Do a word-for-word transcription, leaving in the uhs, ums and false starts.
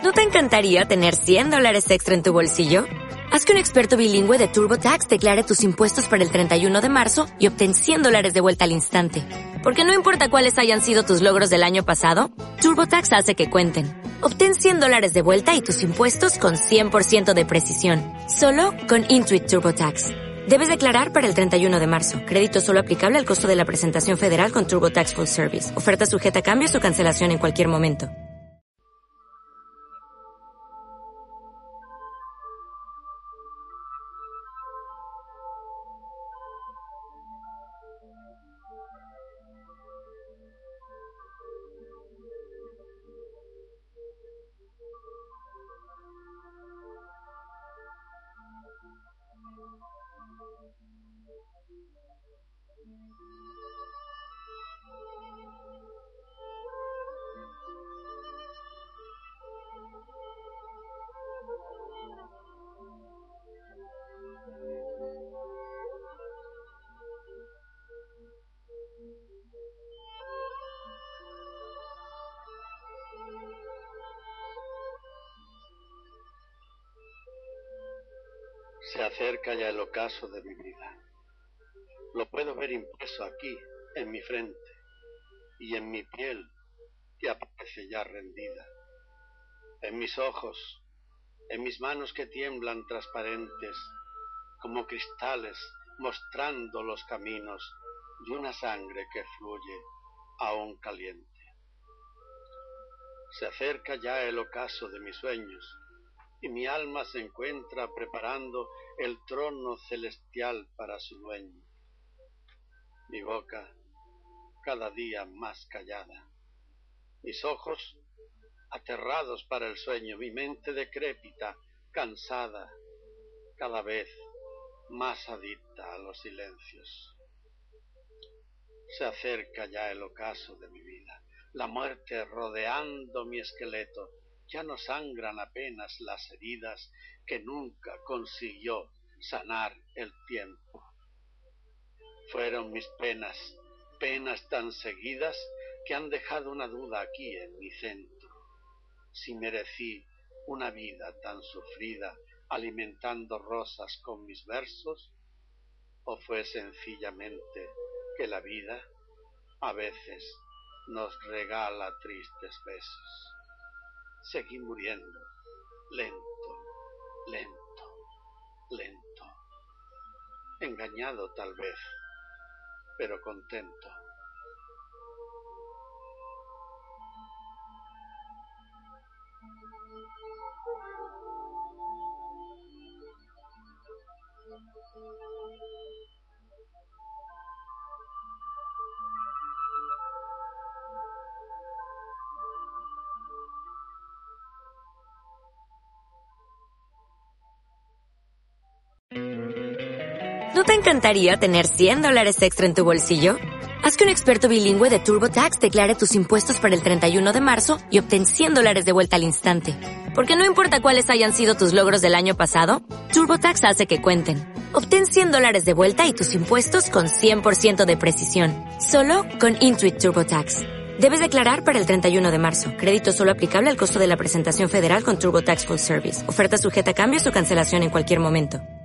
¿No te encantaría tener cien dólares extra en tu bolsillo? Haz que un experto bilingüe de TurboTax declare tus impuestos para el treinta y uno de marzo y obtén cien dólares de vuelta al instante. Porque no importa cuáles hayan sido tus logros del año pasado, TurboTax hace que cuenten. Obtén cien dólares de vuelta y tus impuestos con cien por ciento de precisión. Solo con Intuit TurboTax. Debes declarar para el treinta y uno de marzo. Crédito solo aplicable al costo de la presentación federal con TurboTax Full Service. Oferta sujeta a cambios o cancelación en cualquier momento. Se acerca ya el ocaso de mi vida. Lo puedo ver impreso aquí, en mi frente, y en mi piel, que aparece ya rendida. En mis ojos, en mis manos que tiemblan transparentes, como cristales mostrando los caminos de una sangre que fluye aún caliente. Se acerca ya el ocaso de mis sueños, y mi alma se encuentra preparando el trono celestial para su dueño. Mi boca cada día más callada, mis ojos aterrados para el sueño, mi mente decrépita, cansada, cada vez más adicta a los silencios. Se acerca ya el ocaso de mi vida, la muerte rodeando mi esqueleto. Ya no sangran apenas las heridas que nunca consiguió sanar el tiempo. Fueron mis penas, penas tan seguidas que han dejado una duda aquí en mi centro. Si merecí una vida tan sufrida alimentando rosas con mis versos, o fue sencillamente que la vida a veces nos regala tristes besos. Seguí muriendo, lento, lento, lento, engañado tal vez, pero contento. ¿No te encantaría tener cien dólares extra en tu bolsillo? Haz que un experto bilingüe de TurboTax declare tus impuestos para el treinta y uno de marzo y obtén cien dólares de vuelta al instante. Porque no importa cuáles hayan sido tus logros del año pasado, TurboTax hace que cuenten. Obtén cien dólares de vuelta y tus impuestos con cien por ciento de precisión. Solo con Intuit TurboTax. Debes declarar para el treinta y uno de marzo. Crédito solo aplicable al costo de la presentación federal con TurboTax Full Service. Oferta sujeta a cambios o cancelación en cualquier momento.